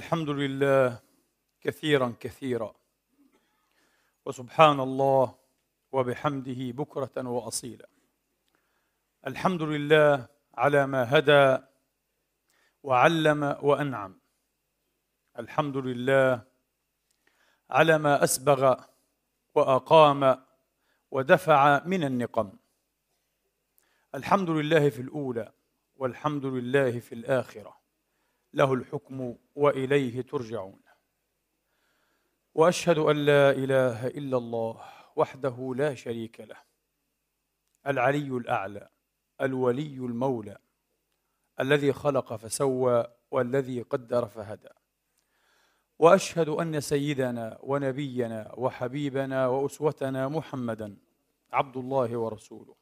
الحمد لله كثيرا كثيرا، وسبحان الله وبحمده بكرة وأصيلا. الحمد لله على ما هدى وعلم وأنعم. الحمد لله على ما أسبغ وأقام ودفع من النقم. الحمد لله في الأولى والحمد لله في الآخرة، له الحكم وإليه ترجعون. وأشهد أن لا إله إلا الله وحده لا شريك له، العلي الأعلى، الولي المولى، الذي خلق فسوى والذي قدر فهدى. وأشهد أن سيدنا ونبينا وحبيبنا وأسوتنا محمدًا عبد الله ورسوله،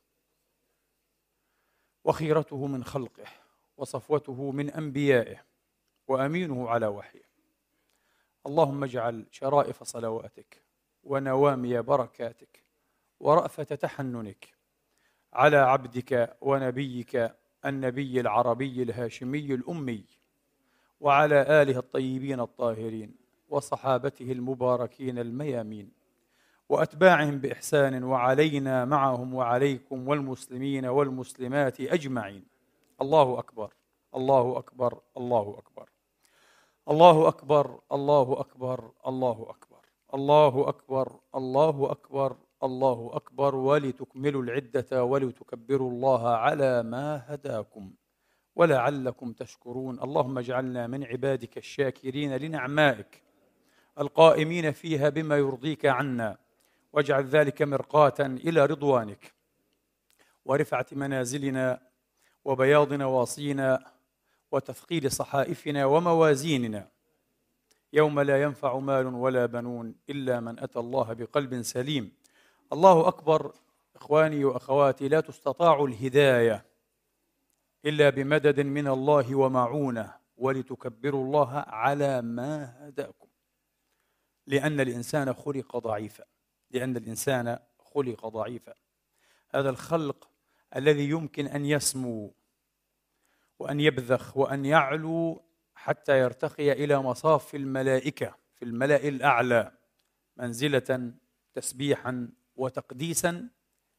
وخيرته من خلقه وصفوته من أنبيائه وأمينه على وحيه. اللهم اجعل شرائف صلواتك ونوامي بركاتك ورأفة تحننك على عبدك ونبيك النبي العربي الهاشمي الأمي، وعلى آله الطيبين الطاهرين وصحابته المباركين الميامين، وأتباعهم بإحسان، وعلينا معهم وعليكم والمسلمين والمسلمات أجمعين. الله أكبر، الله أكبر، الله أكبر، الله أكبر، الله أكبر، الله أكبر، الله أكبر، الله أكبر، الله أكبر، ولتكملوا العدة ولتكبروا الله على ما هداكم ولعلكم تشكرون. اللهم اجعلنا من عبادك الشاكرين لنعمائك القائمين فيها بما يرضيك عنا، واجعل ذلك مرقاة إلى رضوانك ورفعة منازلنا وبياض نواصينا وتثقيل صحائفنا وموازيننا، يوم لا ينفع مال ولا بنون إلا من أتى الله بقلب سليم. الله أكبر. إخواني وأخواتي، لا تستطاع الهداية إلا بمدد من الله ومعونة، ولتكبروا الله على ما هداكم، لأن الإنسان خلق ضعيفا، لأن الإنسان خلق ضعيفا. هذا الخلق الذي يمكن أن يسمو وأن يبذخ وأن يعلو حتى يرتقي إلى مصاف الملائكة في الملأ الأعلى منزلة تسبيحا وتقديسا،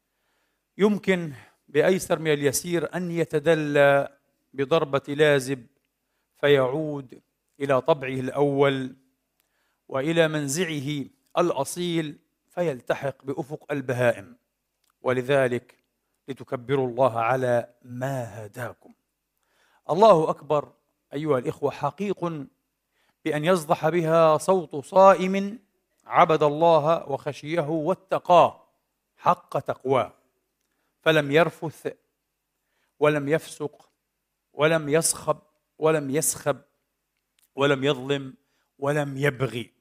يمكن بأيسر من اليسير أن يتدلى بضربة لازب فيعود إلى طبعه الأول وإلى منزعه الأصيل فيلتحق بأفق البهائم. ولذلك لتكبروا الله على ما هداكم. الله أكبر أيها الإخوة حقيق بأن يصدح بها صوت صائم عبد الله وخشيه واتقاه حق تقواه، فلم يرفث ولم يفسق ولم يصخب ولم يسخب ولم يظلم ولم يبغي.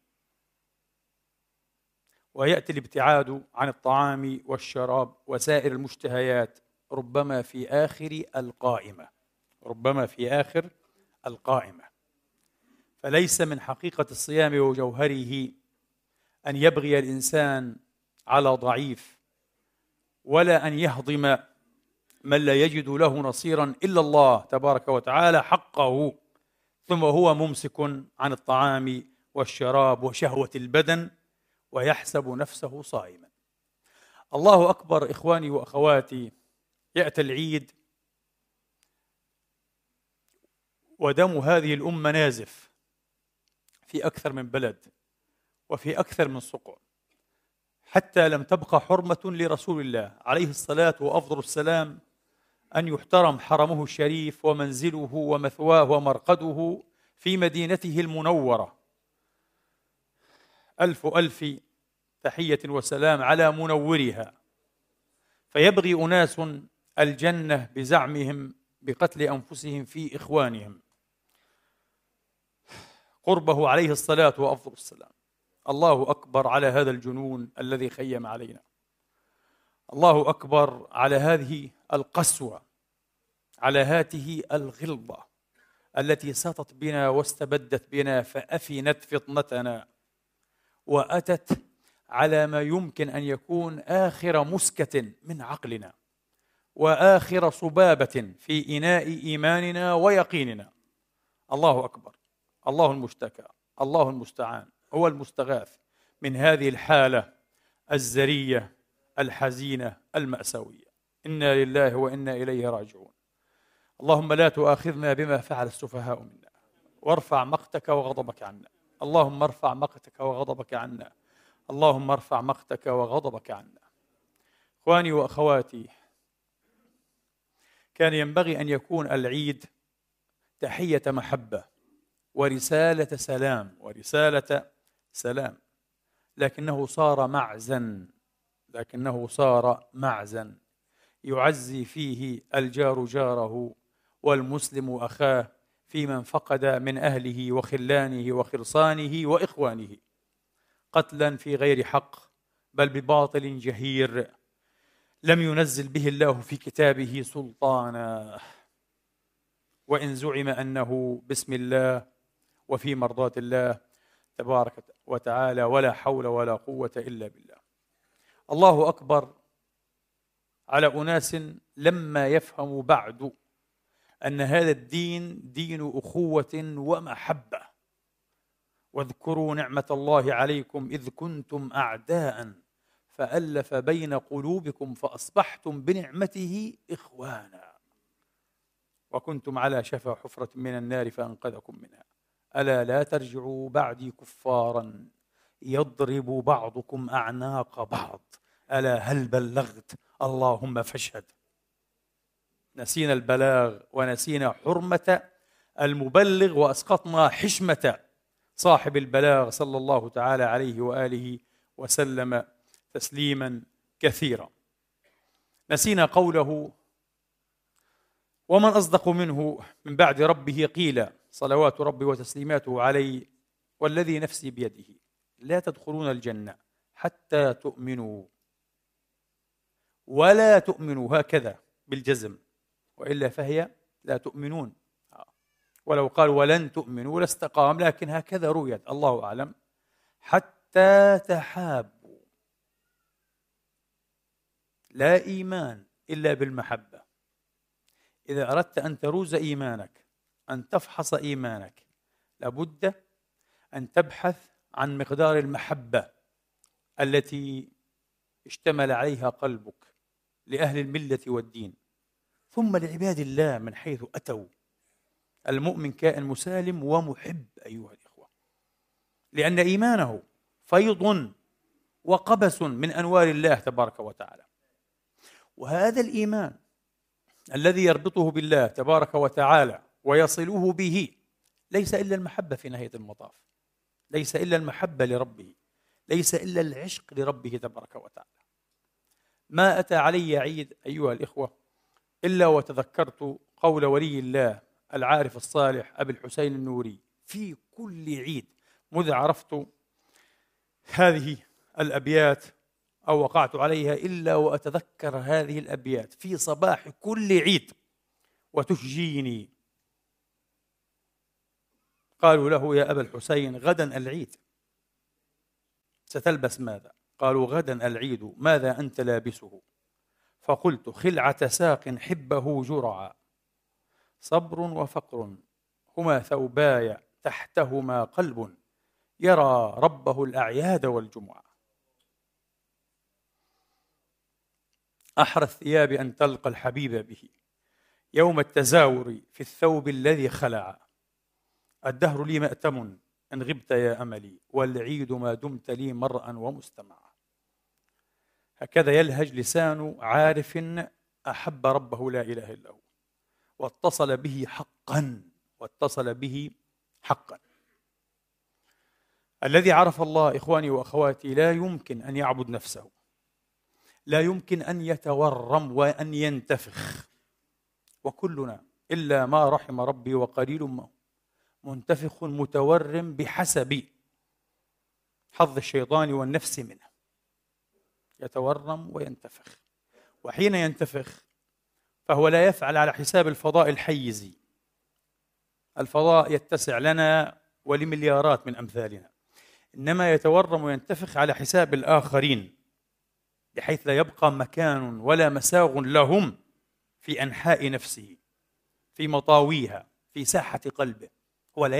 ويأتي الابتعاد عن الطعام والشراب وسائر المشتهيات ربما في آخر القائمة، ربما في آخر القائمة. فليس من حقيقة الصيام وجوهره أن يبغي الإنسان على ضعيف، ولا أن يهضم من لا يجد له نصيرا إلا الله تبارك وتعالى حقه، ثم هو ممسك عن الطعام والشراب وشهوة البدن ويحسب نفسه صائما. الله أكبر. إخواني وأخواتي، يأتي العيد ودم هذه الأمة نازف في أكثر من بلد وفي أكثر من سقع، حتى لم تبقى حرمة لرسول الله عليه الصلاة وأفضل السلام أن يحترم حرمه الشريف ومنزله ومثواه ومرقده في مدينته المنورة. ألف ألف تحية وسلام على منورها. فيبغي أناس الجنة بزعمهم بقتل أنفسهم في إخوانهم قربه عليه الصلاة وأفضل السلام. الله أكبر على هذا الجنون الذي خيم علينا. الله أكبر على هذه القسوة، على هذه الغلظة التي سطت بنا واستبدت بنا فأفنت فطنتنا، وأتت على ما يمكن أن يكون آخر مسكة من عقلنا وآخر صبابة في إناء إيماننا ويقيننا. الله أكبر، الله المشتكى، الله المستعان، هو المستغاث من هذه الحالة الزرية الحزينة المأساوية. إنا لله وإنا إليه راجعون. اللهم لا تؤاخذنا بما فعل السفهاء منا، وارفع مقتك وغضبك عنا. اللهم ارفع مقتك وغضبك عنا. اللهم ارفع مقتك وغضبك عنا. إخواني وأخواتي، كان ينبغي أن يكون العيد تحية محبة ورسالة سلام، لكنه صار معزا يعزي فيه الجار جاره والمسلم أخاه في من فقد من أهله وخلانه وخرصانه وإخوانه، قتلا في غير حق بل بباطل جهير لم ينزل به الله في كتابه سلطانا، وإن زعم أنه بسم الله وفي مرضاة الله تبارك وتعالى، ولا حول ولا قوة إلا بالله. الله أكبر على أناس لما يفهموا بعد أن هذا الدين دين أخوة ومحبة. واذكروا نعمة الله عليكم إذ كنتم أعداء فألف بين قلوبكم فأصبحتم بنعمته إخوانا وكنتم على شفا حفرة من النار فأنقذكم منها. ألا لا ترجعوا بعدي كفارا يضرب بعضكم أعناق بعض. ألا هل بلغت؟ اللهم فاشهد. نسينا البلاغ ونسينا حرمة المبلغ وأسقطنا حشمة صاحب البلاغ صلى الله تعالى عليه وآله وسلم تسليما كثيرا. نسينا قوله: ومن أصدق منه من بعد ربه قيلا، صلوات ربي وتسليماته عليه والذي نفسي بيده لا تدخلون الجنة حتى تؤمنوا ولا تؤمنوا، هكذا بالجزم، وإلا فهي لا تؤمنون. ولو قال ولن تؤمنوا لاستقام، لكن هكذا رويت، الله أعلم. حتى تحابوا. لا إيمان إلا بالمحبة. إذا أردت أن تروز إيمانك، أن تفحص إيمانك، لابد أن تبحث عن مقدار المحبة التي اشتمل عليها قلبك لأهل الملة والدين، ثم لعباد الله من حيث أتوا. المؤمن كائن مسالم ومحب أيها الإخوة، لأن إيمانه فيض وقبس من أنوار الله تبارك وتعالى. وهذا الإيمان الذي يربطه بالله تبارك وتعالى ويصله به ليس إلا المحبة في نهاية المطاف، ليس إلا المحبة لربه، ليس إلا العشق لربه تبارك وتعالى. ما أتى علي عيد أيها الإخوة إلا وتذكرت قول ولي الله العارف الصالح أبي الحسين النوري في كل عيد مذ عرفت هذه الأبيات أو وقعت عليها، إلا وأتذكر هذه الأبيات في صباح كل عيد وتشجيني. قالوا له: يا أبا الحسين غدا العيد، ستلبس ماذا؟ قالوا: غدا العيد، ماذا أنت لابسه؟ فقلت: خلعة ساق حبه جرعا، صبر وفقر هما ثوباي تحتهما قلب يرى ربه الأعياد والجمعة. أحرى الثياب أن تلقى الحبيب به يوم التزاور في الثوب الذي خلع. الدهر لي مأتم إن غبت يا أملي، والعيد ما دمت لي مرءا ومستمعا. هكذا يلهج لسان عارف أحب ربه لا إله إلا هو واتصل به حقا. الذي عرف الله إخواني وأخواتي لا يمكن أن يعبد نفسه، لا يمكن أن يتورم وأن ينتفخ، وكلنا إلا ما رحم ربي وقليل منتفخ متورم بحسب حظ الشيطان والنفس منه، يتورم وينتفخ. وحين ينتفخ فهو لا يفعل على حساب الفضاء الحيزي. الفضاء يتسع لنا ولمليارات من أمثالنا، إنما يتورم وينتفخ على حساب الآخرين، بحيث لا يبقى مكان ولا مساغ لهم في أنحاء نفسه، في مطاويها، في ساحة قلبه. هو لا يعرف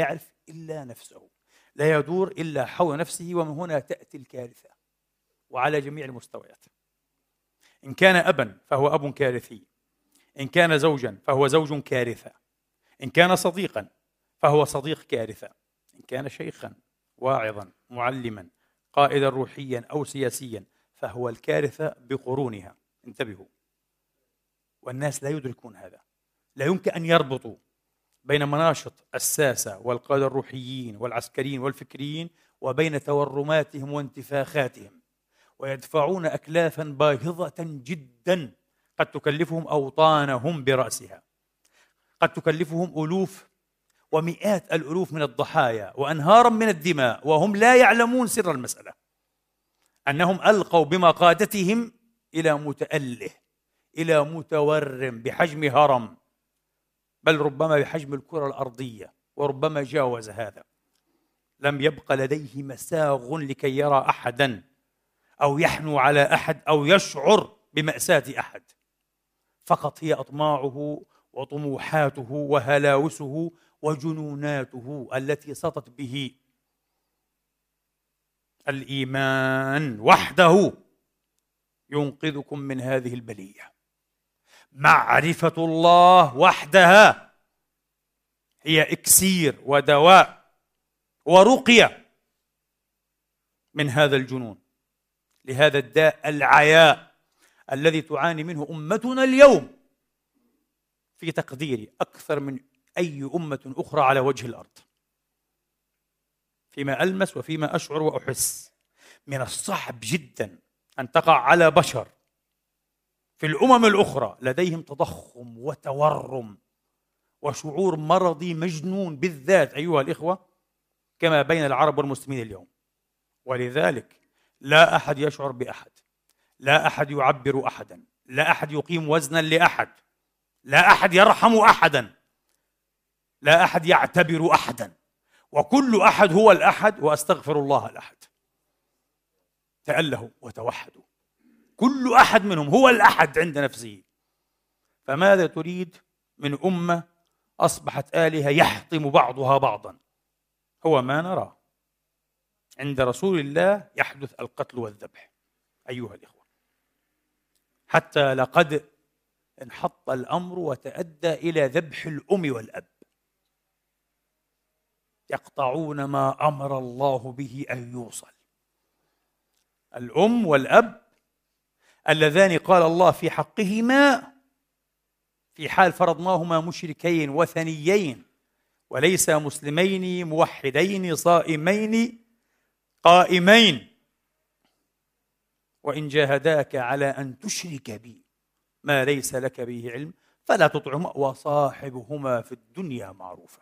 إلا نفسه، لا يدور إلا حول نفسه. ومن هنا تأتي الكارثة، وعلى جميع المستويات. إن كان أبا فهو أب كارثي، إن كان زوجا فهو زوج كارثة، إن كان صديقا فهو صديق كارثة، إن كان شيخا واعظا معلما قائدا روحيا أو سياسيا فهو الكارثة بقرونها. انتبهوا، والناس لا يدركون هذا. لا يمكن أن يربطوا بين مناشط الساسة والقادة الروحيين والعسكريين والفكريين وبين تورماتهم وانتفاخاتهم، ويدفعون أكلافا باهظة جدا قد تكلفهم أوطانهم برأسها، قد تكلفهم ألوف ومئات الألوف من الضحايا وأنهارا من الدماء، وهم لا يعلمون سر المسألة، أنهم ألقوا بمقادتهم إلى متأله، إلى متورم بحجم هرم، بل ربما بحجم الكرة الأرضية، وربما جاوز هذا. لم يبق لديه مساغ لكي يرى أحدا أو يحنو على أحد أو يشعر بمأساة أحد. فقط هي أطماعه وطموحاته وهلاوسه وجنوناته التي سطت به. الإيمان وحده ينقذكم من هذه البلية. معرفة الله وحدها هي إكسير ودواء ورقية من هذا الجنون، لهذا الداء العياء الذي تعاني منه أمتنا اليوم في تقديري أكثر من أي أمة أخرى على وجه الأرض. فيما ألمس وفيما أشعر وأحس، من الصعب جدا أن تقع على بشر في الأمم الأخرى لديهم تضخم وتورم وشعور مرضي مجنون، بالذات أيها الإخوة كما بين العرب والمسلمين اليوم. ولذلك لا أحد يشعر بأحد، لا أحد يعبر أحدا، لا أحد يقيم وزنا لأحد، لا أحد يرحم أحدا، لا أحد يعتبر أحدا، وكل أحد هو الأحد، وأستغفر الله الأحد. تألهوا وتوحدوا، كل أحد منهم هو الأحد عند نفسه. فماذا تريد من أمة أصبحت آلهة يحطم بعضها بعضا؟ هو ما نراه. عند رسول الله يحدث القتل والذبح أيها الإخوة، حتى لقد انحط الأمر وتأدى إلى ذبح الأم والأب. يقطعون ما أمر الله به أن يوصل. الأم والأب اللذان قال الله في حقهما في حال فرضناهما مشركين وثنيين وليس مسلمين موحدين صائمين قائمين، وإن جاهداك على أن تشرك بي ما ليس لك به علم فلا تطعهما وصاحبهما في الدنيا معروفا.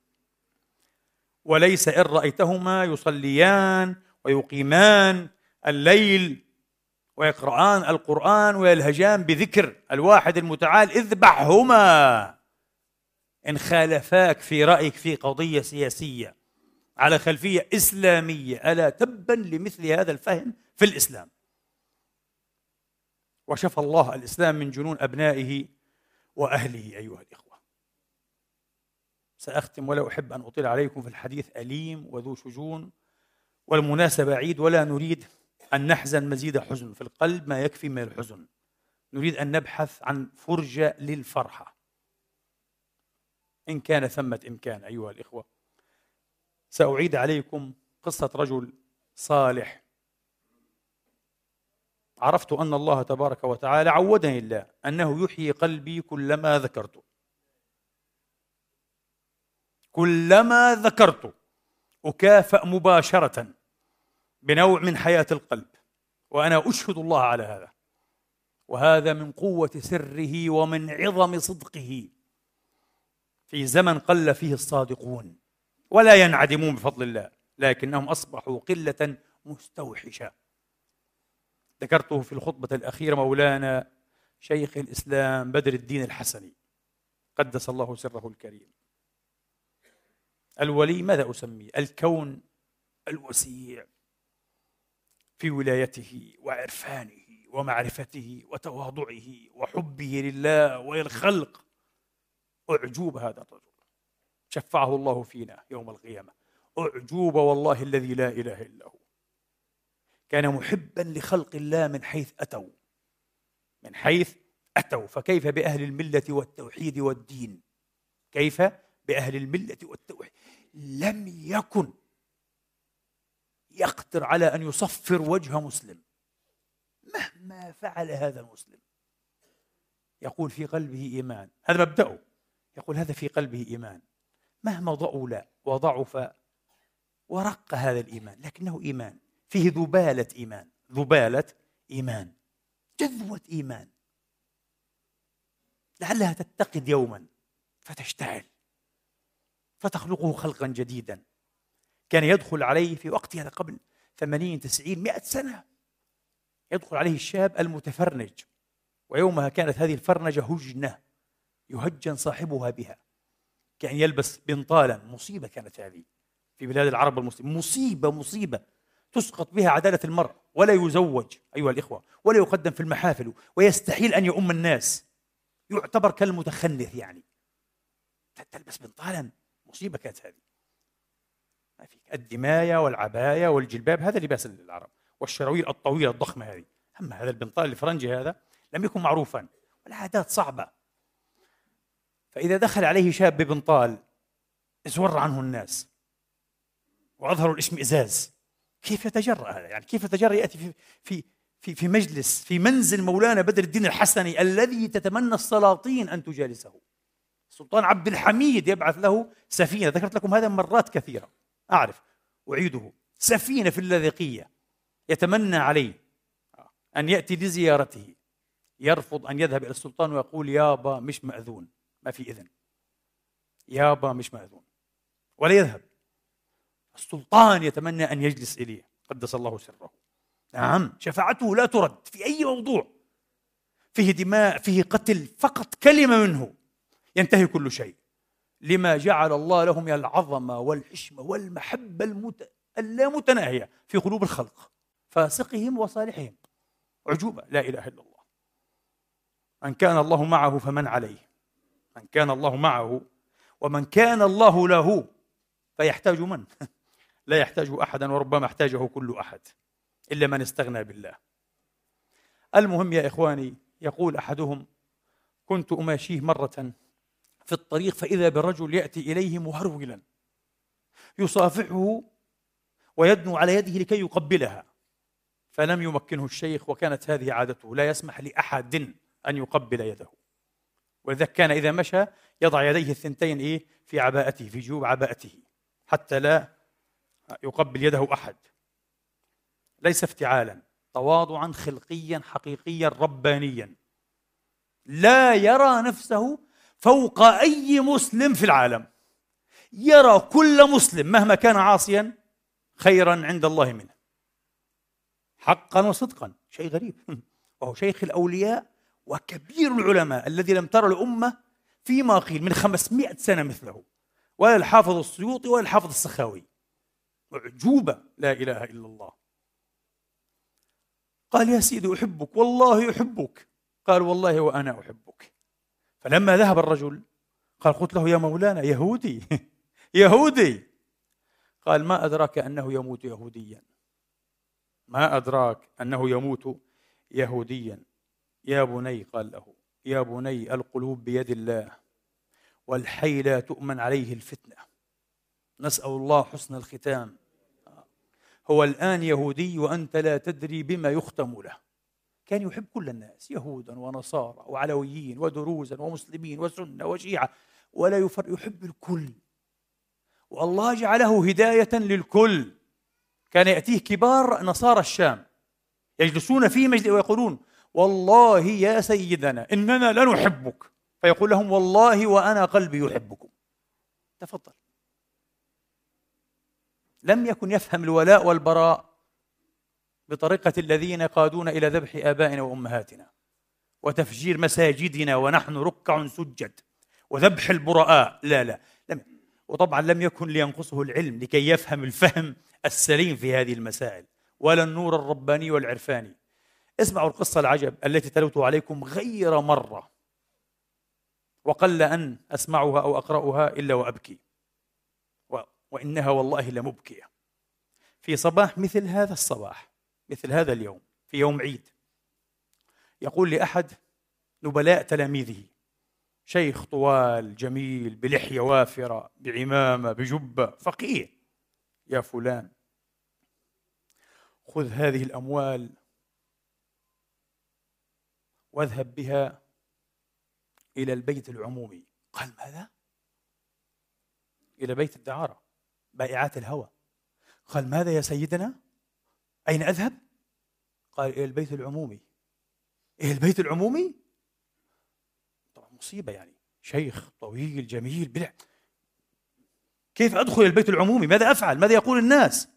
وليس إن رأيتهما يصليان ويقيمان الليل ويقرآن القرآن ويلهجان بذكر الواحد المتعال اذبحهما إن خالفاك في رأيك في قضية سياسية على خلفية إسلامية. ألا تبا لمثل هذا الفهم في الإسلام. وشفى الله الإسلام من جنون أبنائه وأهله أيها الإخوة. سأختم ولا أحب أن أطيل عليكم في الحديث أليم وذو شجون، والمناسبة عيد ولا نريد أن نحزن مزيد حزن في القلب، ما يكفي من الحزن. نريد أن نبحث عن فرجة للفرحة إن كان ثمة إمكان أيها الإخوة. سأعيد عليكم قصة رجل صالح عرفت أن الله تبارك وتعالى عودني الله أنه يحيي قلبي كلما ذكرته. كلما ذكرته أكافأ مباشرة بنوع من حياة القلب، وأنا أشهد الله على هذا، وهذا من قوة سره ومن عظم صدقه في زمن قل فيه الصادقون ولا ينعدمون بفضل الله، لكنهم أصبحوا قلة مستوحشة. ذكرته في الخطبة الأخيرة مولانا شيخ الإسلام بدر الدين الحسني قدس الله سره الكريم. الولي ماذا أسميه؟ الكون الوسيع في ولايته وعرفانه ومعرفته وتواضعه وحبه لله وللخلق. أعجوب هذا الرجل شفعه الله فينا يوم القيامة. أعجوبة والله الذي لا إله إلا هو. كان محبا لخلق الله من حيث أتوا، من حيث أتوا. فكيف بأهل الملة والتوحيد والدين؟ كيف بأهل الملة والتوحيد؟ لم يكن يقدر على أن يصفر وجه مسلم مهما فعل هذا المسلم. يقول في قلبه إيمان، هذا مبدأه، يقول هذا في قلبه إيمان، مهما ضؤل وضعف ورق هذا الإيمان، لكنه إيمان فيه ذبالة إيمان، ذبالة إيمان، جذوة إيمان، لعلها تتقد يوما فتشتعل فتخلقه خلقا جديدا. كان يدخل عليه في وقتها قبل 80 90 100 سنة، يدخل عليه الشاب المتفرنج، ويومها كانت هذه الفرنجة هجنة يهجن صاحبها بها، كان يلبس بنطالا. مصيبة كانت هذه في بلاد العرب المسلمين، مصيبة تسقط بها عدالة المرء، ولا يزوج أيها الإخوة، ولا يقدم في المحافل، ويستحيل أن يؤم الناس، يعتبر كالمتخنث. يعني تلبس بنطالا، مصيبة كانت هذه. ما فيك الدماية والعباية والجلباب، هذا لباس العرب، والشراويل الطويلة الضخمة هذه. أما هذا البنطال الفرنجي هذا لم يكن معروفا، والعادات صعبة. فإذا دخل عليه شاب ببنطال ازور عنه الناس وأظهروا الاشمئزاز. كيف يتجرأ هذا؟ يعني كيف يتجرأ يأتي في مجلس في منزل مولانا بدر الدين الحسني الذي تتمنى السلاطين أن تجالسه؟ السلطان عبد الحميد يبعث له سفينة، ذكرت لكم هذا مرات كثيرة، أعرف أعيده، سفينة في اللاذقية، يتمنى عليه أن يأتي لزيارته، يرفض أن يذهب إلى السلطان ويقول يابا مش مأذون، ما في إذن، يابا مش مأذون، ولا يذهب. السلطان يتمنى أن يجلس إليه قدس الله سره. نعم، شفاعته لا ترد في أي موضوع فيه دماء، فيه قتل، فقط كلمة منه ينتهي كل شيء، لما جعل الله لهم من العظمة والحشمة والمحبة اللامتناهية في قلوب الخلق، فاسقهم وصالحهم. عجوبة، لا إله إلا الله. من كان الله معه فمن عليه، من كان الله معه، ومن كان الله له فيحتاج من؟ لا يحتاج أحدا، وربما احتاجه كل أحد إلا من استغنى بالله. المهم يا إخواني، يقول أحدهم: كنت أماشيه مرة في الطريق فإذا برجل يأتي إليه مهرولا يصافحه ويدنو على يده لكي يقبلها، فلم يمكنه الشيخ، وكانت هذه عادته، لا يسمح لأحد أن يقبل يده، ولذا كان إذا مشى يضع يديه الثنتين في عباءته، في جيوب عباءته، حتى لا يقبل يده أحد. ليس افتعالا، تواضعا خلقيا حقيقيا ربانيا، لا يرى نفسه فوق أي مسلم في العالم، يرى كل مسلم مهما كان عاصيا خيرا عند الله منه، حقا وصدقا. شيء غريب. وهو شيخ الأولياء وكبير العلماء الذي لم ترى الأمة فيما قيل من 500 سنة مثله، ولا الحافظ السيوطي ولا الحافظ السخاوي. أعجوبة، لا إله إلا الله. قال: يا سيدي أحبك، والله يحبك. قال: والله وأنا أحبك. فلما ذهب الرجل قال: قلت له: يا مولانا يهودي يهودي. قال: ما أدراك أنه يموت يهوديا، ما أدراك أنه يموت يهوديا. يا بني، قال له: يا بني، القلوب بيد الله، والحي لا تؤمن عليه الفتنة، نسأل الله حسن الختام. هو الآن يهودي وأنت لا تدري بما يختم له. كان يحب كل الناس، يهودا ونصارى وعلويين ودروزا ومسلمين وسنة وشيعة، ولا يحب الكل، والله جعله هداية للكل. كان يأتيه كبار نصارى الشام يجلسون في مجلس ويقولون: والله يا سيدنا إننا لنحبك، فيقول لهم: والله وأنا قلبي يحبكم. تفضل. لم يكن يفهم الولاء والبراء بطريقة الذين قادون إلى ذبح آبائنا وأمهاتنا وتفجير مساجدنا ونحن ركع سجد وذبح البراء. لا لم. وطبعا لم يكن لينقصه العلم لكي يفهم الفهم السليم في هذه المسائل، ولا النور الرباني والعرفاني. اسمعوا القصة العجب التي تلوت عليكم غير مرة، وقل أن أسمعها أو أقرأها إلا وأبكي. وإنها والله لمبكية. في صباح مثل هذا الصباح، مثل هذا اليوم، في يوم عيد، يقول لأحد نبلاء تلاميذه، شيخ طوال جميل بلحية وافرة بعمامة بجبة فقيه: يا فلان، خذ هذه الأموال واذهب بها إلى البيت العمومي. قال: ماذا؟ إلى بيت الدعارة، بائعات الهوى. قال: ماذا يا سيدنا؟ أين أذهب؟ قال: إلى البيت العمومي. إلى البيت العمومي؟ طبعا مصيبة، يعني شيخ طويل جميل بلع، كيف أدخل البيت العمومي؟ ماذا أفعل؟ ماذا يقول الناس؟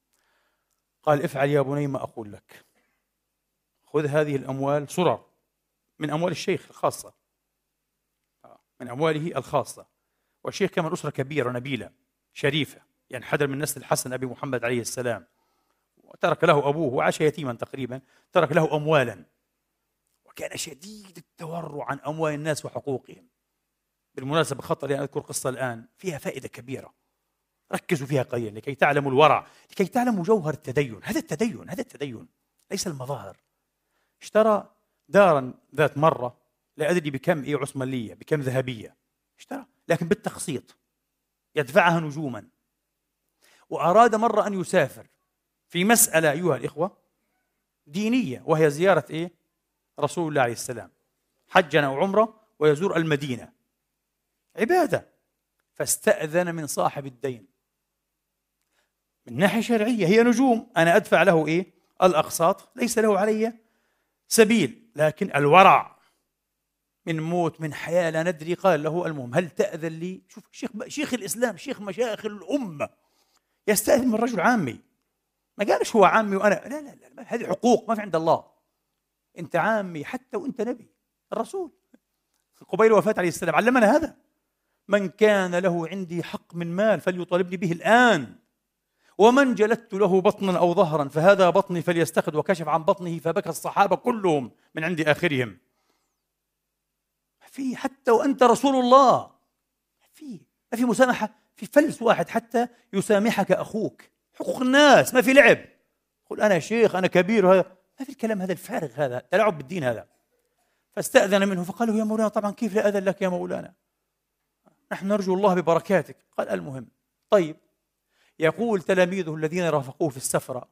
قال: افعل يا بني ما أقول لك، خذ هذه الأموال صرر من أموال الشيخ الخاصة، من أمواله الخاصة، والشيخ كان من أسرة كبيرة نبيلة شريفة، يعني حدر من نسل الحسن أبي محمد عليه السلام، وترك له أبوه وعاش يتيما تقريبا، ترك له أموالا، وكان شديد التورع عن أموال الناس وحقوقهم. بالمناسبة خطر لي أن أذكر قصة الآن فيها فائدة كبيرة، ركزوا فيها قليلا لكي تعلموا الورع، لكي تعلموا جوهر التدين. هذا التدين، هذا التدين، ليس المظاهر. اشترى دارا ذات مرة، لا أدري بكم عثمانية، بكم ذهبية، اشترى لكن بالتقسيط، يدفعها نجوما. وأراد مرة أن يسافر في مسألة أيها الإخوة دينية، وهي زيارة رسول الله عليه السلام، حجا أو عمرة، ويزور المدينة، عبادة. فاستأذن من صاحب الدين من ناحية شرعية، هي نجوم، أنا أدفع له الأقساط، ليس له علي سبيل، لكن الورع من موت من حياة لا ندري. قال له: المهم هل تأذن لي؟ شوف شيخ الإسلام، شيخ مشايخ الأمة يستأذن من رجل عامي، ما قالش هو عامي وأنا لا لا لا، هذه حقوق ما في عند الله، أنت عامي حتى وأنت نبي. الرسول قبيل وفاة عليه السلام علمنا هذا: من كان له عندي حق من مال فليطالبني به الآن، ومن جلدت له بطنا أو ظهرا فهذا بطني فليستخد. وكشف عن بطنه فبكى الصحابة كلهم من عند آخرهم. في حتى وأنت رسول الله، ما في مسامحة، في فلس واحد حتى يسامحك أخوك، حقوق الناس ما في لعب. قل أنا شيخ أنا كبير، هذا ما في الكلام هذا الفارغ، هذا تلاعب بالدين هذا. فاستأذن منه فقال له: يا مولانا طبعا كيف لا أذن لك يا مولانا، نحن نرجو الله ببركاتك. قال: المهم طيب. يقول تلاميذه الذين رافقوه في السفرة: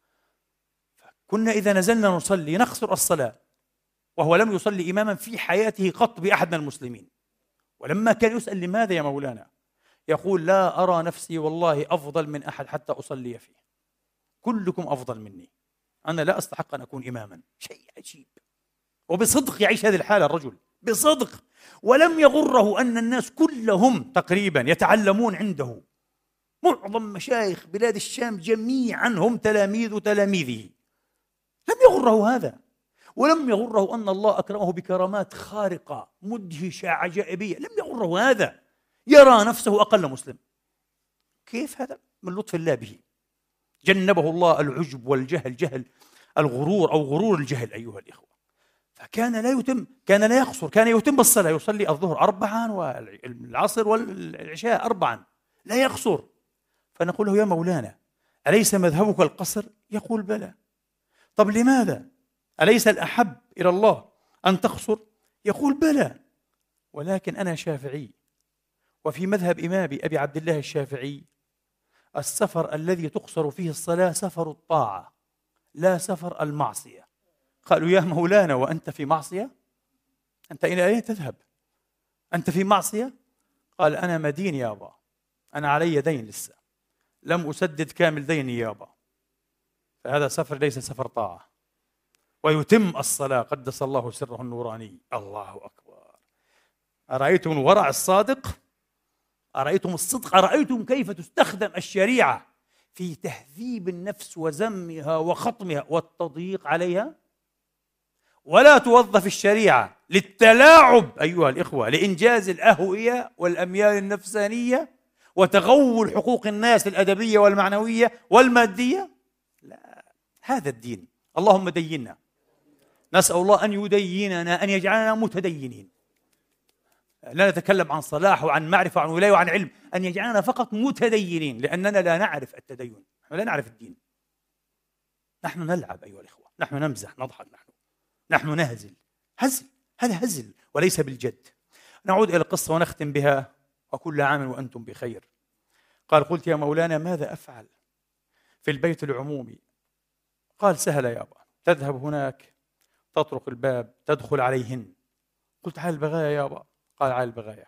كنا إذا نزلنا نصلي نقصر الصلاة، وهو لم يصلي إماما في حياته قط بأحد من المسلمين. ولما كان يسأل: لماذا يا مولانا؟ يقول: لا أرى نفسي والله أفضل من أحد حتى أصلي فيه، كلكم أفضل مني، أنا لا أستحق أن أكون إماما. شيء عجيب. وبصدق يعيش هذه الحالة الرجل بصدق، ولم يغره أن الناس كلهم تقريبا يتعلمون عنده، معظم مشايخ بلاد الشام جميعا هم تلاميذ تلاميذه. لم يغره هذا، ولم يغره أن الله أكرمه بكرامات خارقة مدهشة عجائبية، لم يغره هذا، يرى نفسه أقل مسلم. كيف هذا؟ من لطف الله به، جنبه الله العجب والجهل، جهل الغرور أو غرور الجهل أيها الإخوة. فكان لا يتم، كان لا يقصر، كان يتم الصلاة، يصلي الظهر 4 والعصر والعشاء 4، لا يقصر. فنقول له: يا مولانا أليس مذهبك القصر؟ يقول: بلى. طب لماذا؟ أليس الأحب إلى الله أن تقصر؟ يقول: بلى، ولكن أنا شافعي، وفي مذهب إمامي أبي عبد الله الشافعي السفر الذي تقصر فيه الصلاة سفر الطاعة لا سفر المعصية. قالوا: يا مولانا وأنت في معصية؟ أنت إلى أين تذهب؟ أنت في معصية؟ قال: أنا مدين يابا، أنا علي دين لسه، لم أسدد كامل ديني يابا، فهذا سفر ليس سفر طاعة. ويتم الصلاة قدس الله سره النوراني. الله أكبر. أرأيتم الورع الصادق؟ أرأيتم الصدق؟ أرأيتم كيف تستخدم الشريعة في تهذيب النفس وزمها وخطمها والتضييق عليها؟ ولا توظف الشريعة للتلاعب أيها الإخوة، لإنجاز الأهوية والأميال النفسانية وتغول حقوق الناس الأدبية والمعنوية والمادية. لا، هذا الدين. اللهم ديننا، نسأل الله أن يديننا، أن يجعلنا متدينين. لا نتكلم عن صلاح وعن معرفة وعن ولاية وعن علم، أن يجعلنا فقط متدينين، لأننا لا نعرف التدين، نحن لا نعرف الدين. نحن نلعب أيها الإخوة، نحن نمزح، نضحك، نحن نهزل. هزل، هذا هزل وليس بالجد. نعود إلى القصة ونختم بها: وكل عام وأنتم بخير. قال: قلت يا مولانا ماذا أفعل في البيت العمومي؟ قال: سهل يا أبا، تذهب هناك، تطرق الباب، تدخل عليهن. قلت: على البغاية يا أبا؟ قال: على البغاية.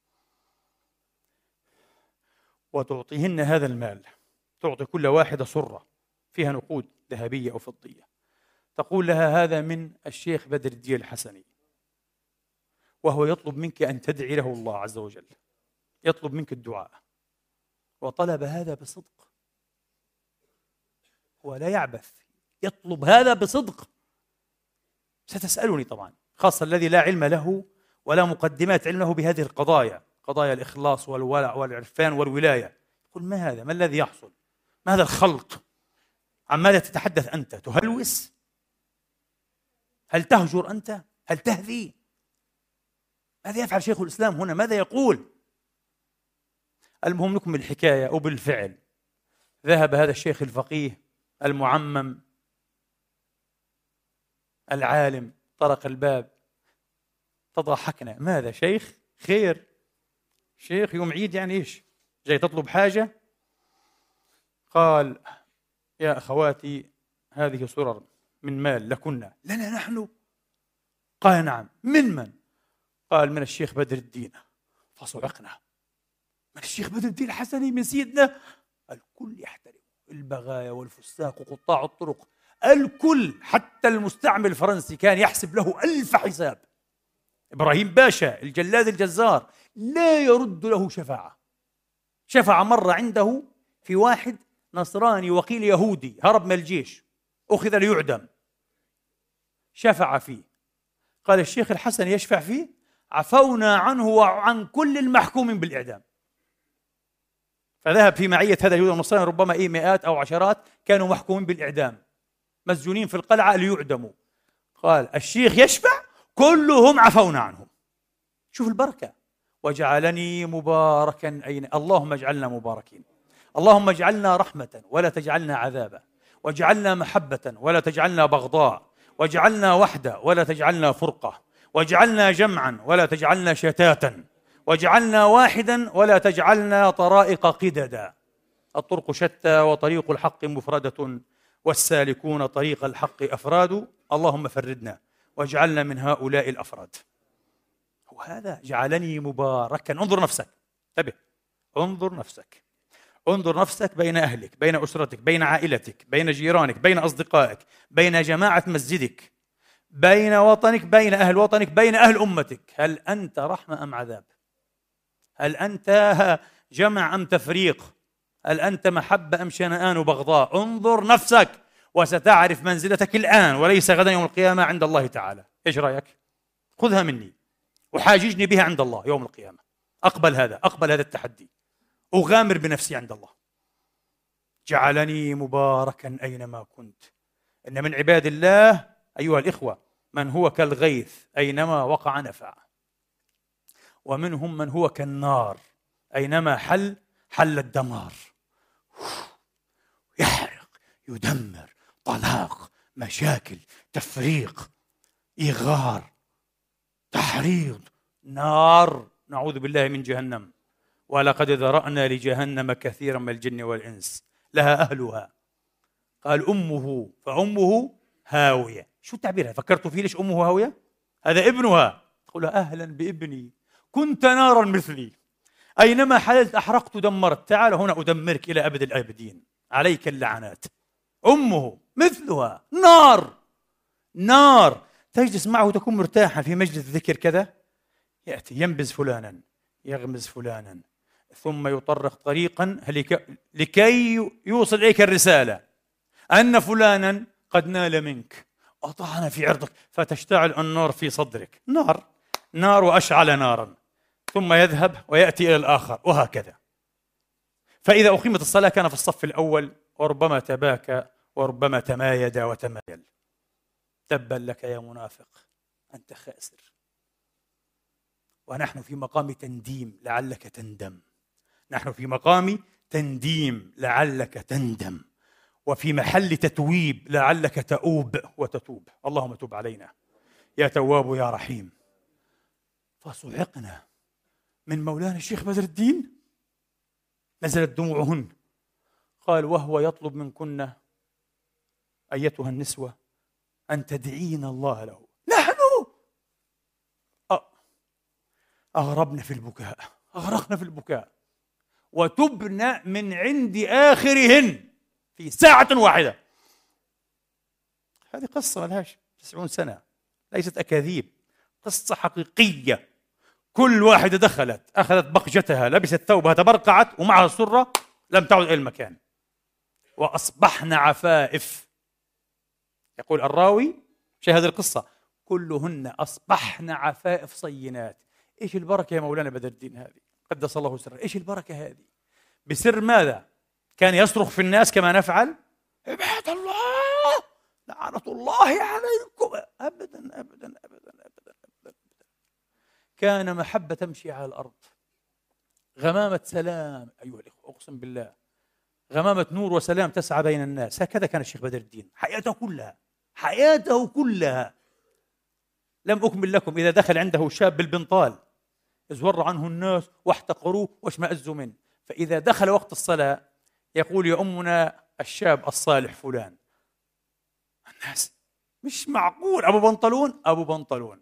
وتعطيهن هذا المال، تعطي كل واحدة صرة فيها نقود ذهبية أو فضية، تقول لها: هذا من الشيخ بدر الدين الحسني، وهو يطلب منك أن تدعي له الله عز وجل، يطلب منك الدعاء. وطلب هذا بصدق، هو لا يعبث، يطلب هذا بصدق. ستسألني طبعا، خاصة الذي لا علم له ولا مقدمات علمه بهذه القضايا، قضايا الإخلاص والولع والعرفان والولاية. يقول: ما هذا؟ ما الذي يحصل؟ ما هذا الخلط؟ عن ماذا تتحدث أنت؟ تهلوس؟ هل تهجر أنت؟ هل تهذي؟ ماذا يفعل شيخ الإسلام هنا؟ ماذا يقول؟ المهم لكم الحكاية. وبالفعل ذهب هذا الشيخ الفقيه المعمم العالم، طرق الباب. تضحكنا: ماذا شيخ؟ خير؟ شيخ يوم عيد يعني إيش؟ جاي تطلب حاجة؟ قال: يا أخواتي، هذه صرر من مال لكنا. لنا نحن؟ قال: نعم. من؟ قال: من الشيخ بدر الدين. فصعقنا: من الشيخ بدر الدين الحسني؟ من سيدنا؟ الكل يحترم، البغايا والفساق وقطاع الطرق، الكل، حتى المستعمر الفرنسي كان يحسب له 1000 حساب. إبراهيم باشا الجلاد الجزار لا يرد له شفاعة. شفع مرة عنده في واحد نصراني وقيل يهودي هرب من الجيش، أخذ ليعدم، شفع فيه. قال: الشيخ الحسن يشفع فيه؟ عفونا عنه وعن كل المحكومين بالإعدام. فذهب في معية هذا اليهود النصراني، ربما مئات أو عشرات كانوا محكومين بالإعدام، مسجونين في القلعة ليعدموا. قال: الشيخ يشفع؟ كلهم عفونا عنهم. شوف البركة. وجعلني مباركا أين، اللهم اجعلنا مباركين، اللهم اجعلنا رحمة ولا تجعلنا عذابا، واجعلنا محبة ولا تجعلنا بغضاء، واجعلنا وحدة ولا تجعلنا فرقة، واجعلنا جمعا ولا تجعلنا شتاتا، واجعلنا واحدا ولا تجعلنا طرائق قددا. الطرق شتى وطريق الحق مفردة، والسالكون طريق الحق أفراد. اللهم فردنا واجعلنا من هؤلاء الأفراد. وهذا جعلني مباركا. انظر نفسك، انتبه، انظر نفسك، انظر نفسك بين أهلك، بين أسرتك، بين عائلتك، بين جيرانك، بين أصدقائك، بين جماعة مسجدك، بين وطنك، بين أهل وطنك، بين أهل أمتك. هل أنت رحمة أم عذاب؟ هل أنت جمع أم تفريق؟ هل أنت محبة أم شنآن وبغضاء؟ انظر نفسك وستعرف منزلتك الآن وليس غدا يوم القيامة عند الله تعالى. إيش رأيك؟ خذها مني وحاججني بها عند الله يوم القيامة. أقبل هذا، أقبل هذا التحدي، أغامر بنفسي عند الله. جعلني مباركا أينما كنت. إن من عباد الله أيها الإخوة من هو كالغيث أينما وقع نفع، ومنهم من هو كالنار أينما حل الدمار. يحرق، يدمر، طلاق، مشاكل، تفريق، إغار، تحريض، نار، نعوذ بالله من جهنم. ولقد ذرأنا لجهنم كثيرا من الجن والإنس لها أهلها. قال: أمه فأمه هاوية. شو التعبير؟ فكرتوا فيه؟ ليش أمه هاوية؟ هذا ابنها. تقول: أهلا بابني، كنت نارا مثلي، أينما حللت أحرقت دمرت، تعال هنا أدمرك إلى أبد الآبدين، عليك اللعنات. أمه مثلها نار، نار. تجلس معه تكون مرتاحا في مجلس الذكر كذا، يأتي ينبذ فلانا، يغمز فلانا، ثم يطرق طريقا لكي يوصل إليك الرسالة أن فلانا قد نال منك وطعن في عرضك، فتشتعل النار في صدرك، نار نار وأشعل نارا، ثم يذهب ويأتي إلى الآخر، وهكذا. فإذا أقيمت الصلاة كان في الصف الأول، وربما تباكى وربما تمايد وتمايل. تبا لك يا منافق، أنت خاسر. ونحن في مقام تنديم لعلك تندم. نحن في مقام تنديم لعلك تندم، وفي محل تتويب لعلك تؤوب وتتوب. اللهم تب علينا يا تواب يا رحيم. فصعقنا من مولانا الشيخ بدر الدين، نزلت دموعهن. قال: وهو يطلب منكن أيتها النسوة أن تدعين الله له. نحن أغرقنا في البكاء وتبنى من عند آخرهن في ساعة واحدة. هذه قصة ما لهاش 90 سنة، ليست أكاذيب، قصة حقيقية. كل واحدة دخلت أخذت بقجتها، لبست ثوبها، تبرقعت ومعها السرة، لم تعد إلى المكان، وأصبحن عفائف. يقول الراوي شاهد القصة: كلهن أصبحن عفائف صينات. إيش البركة يا مولانا بدر الدين هذه؟ قدس الله سره. إيش البركة هذه؟ بسر ماذا؟ كان يصرخ في الناس كما نفعل؟ عباد الله لعنة الله عليكم. أبدا أبدا أبدا أبدا أبدا. كان محبة تمشي على الأرض، غمامة سلام أيها الإخوة، أقسم بالله غمامة نور وسلام تسعى بين الناس. هكذا كان الشيخ بدر الدين حياته كلها. لم أكمل لكم، إذا دخل عنده شاب بالبنطال ازور عنه الناس واحتقروه واشمأزوا منه، فإذا دخل وقت الصلاة يقول: يا أمنا الشاب الصالح فلان. الناس مش معقول، أبو بنطلون.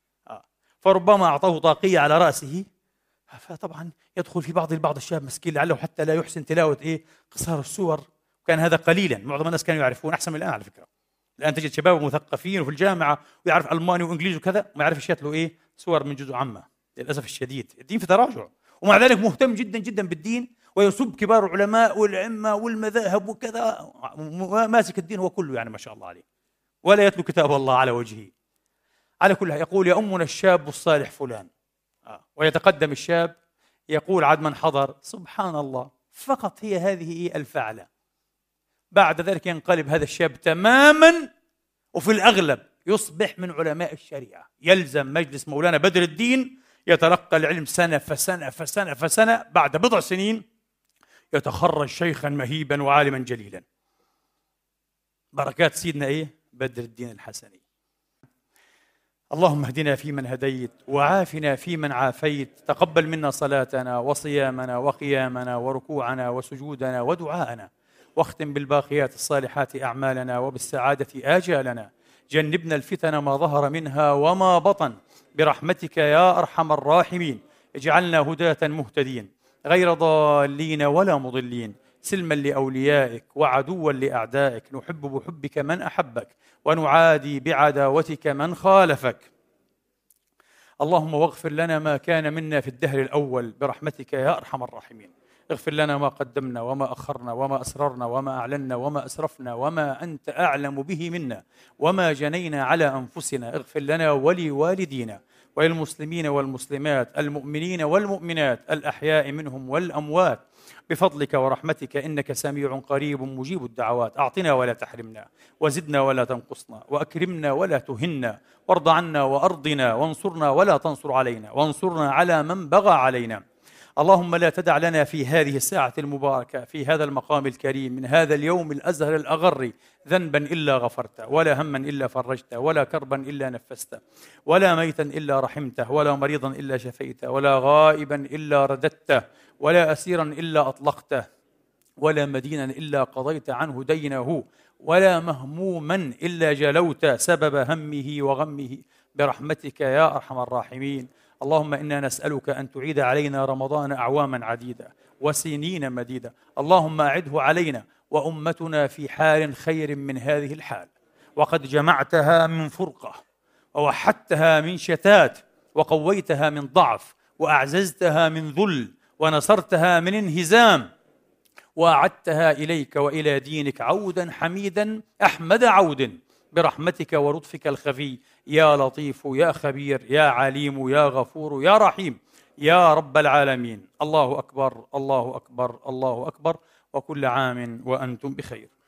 فربما أعطاه طاقية على رأسه، فطبعا يدخل في بعض الشاب مسكين لعله حتى لا يحسن تلاوة قصار السور. كان هذا قليلا، معظم الناس كانوا يعرفون أحسن من الآن على فكرة. الآن تجد شباب مثقفين وفي الجامعة ويعرف ألماني وإنجليزي وكذا، وما يعرفش يتلو سور من جزء عامة. للأسف الشديد الدين في تراجع، ومع ذلك مهتم جدا جدا بالدين، ويسب كبار العلماء والأئمة والمذاهب وكذا، ماسك الدين هو كله يعني ما شاء الله عليه، ولا يتلو كتاب الله على وجهه. على كل يقول: يا أمنا الشاب الصالح فلان. ويتقدم الشاب يقول عاد من حضر: سبحان الله، فقط هي هذه الفعلة. بعد ذلك ينقلب هذا الشاب تماما، وفي الأغلب يصبح من علماء الشريعة، يلزم مجلس مولانا بدر الدين، يتلقى العلم سنة فسنة فسنة فسنة. بعد بضع سنين يتخرج شيخا مهيبا وعالما جليلا. بركات سيدنا بدر الدين الحسني. اللهم اهدنا فيمن هديت، وعافنا فيمن عافيت، تقبل منا صلاتنا وصيامنا وقيامنا وركوعنا وسجودنا ودعاءنا، واختم بالباقيات الصالحات أعمالنا وبالسعادة آجالنا. جنبنا الفتن ما ظهر منها وما بطن برحمتك يا أرحم الراحمين. اجعلنا هداة مهتدين غير ضالين ولا مضلين، سلما لأوليائك وعدوا لأعدائك، نحب بحبك من أحبك ونعادي بعداوتك من خالفك. اللهم واغفر لنا ما كان منا في الدهر الأول برحمتك يا أرحم الراحمين. اغفر لنا ما قدمنا وما أخرنا وما أسررنا وما أعلنا وما أسرفنا وما أنت أعلم به منا وما جنينا على أنفسنا. اغفر لنا ولوالدينا وللمسلمين والمسلمات المؤمنين والمؤمنات الأحياء منهم والأموات بفضلك ورحمتك، إنك سميع قريب مجيب الدعوات. أعطنا ولا تحرمنا، وزدنا ولا تنقصنا، وأكرمنا ولا تهنا، وارض عنا وأرضنا، وانصرنا ولا تنصر علينا، وانصرنا على من بغى علينا. اللهم لا تدع لنا في هذه الساعة المباركة في هذا المقام الكريم من هذا اليوم الأزهر الأغر ذنبا إلا غفرته، ولا هما إلا فرجته، ولا كربا إلا نفسته، ولا ميتا إلا رحمته، ولا مريضا إلا شفيته، ولا غائبا إلا رددته، ولا أسيرا إلا أطلقته، ولا مدينا إلا قضيت عنه دينه، ولا مهموما إلا جلوت سبب همه وغمه برحمتك يا أرحم الراحمين. اللهم إنا نسألك أن تعيد علينا رمضان أعواما عديدة وسنين مديدة. اللهم أعده علينا وأمتنا في حال خير من هذه الحال، وقد جمعتها من فرقة، ووحدتها من شتات، وقويتها من ضعف، وأعززتها من ذل، ونصرتها من انهزام، وأعدتها إليك وإلى دينك عودا حميدا أحمد عود برحمتك ولطفك الخفي يا لطيف يا خبير يا عليم يا غفور يا رحيم يا رب العالمين. الله أكبر الله أكبر الله أكبر، وكل عام وأنتم بخير.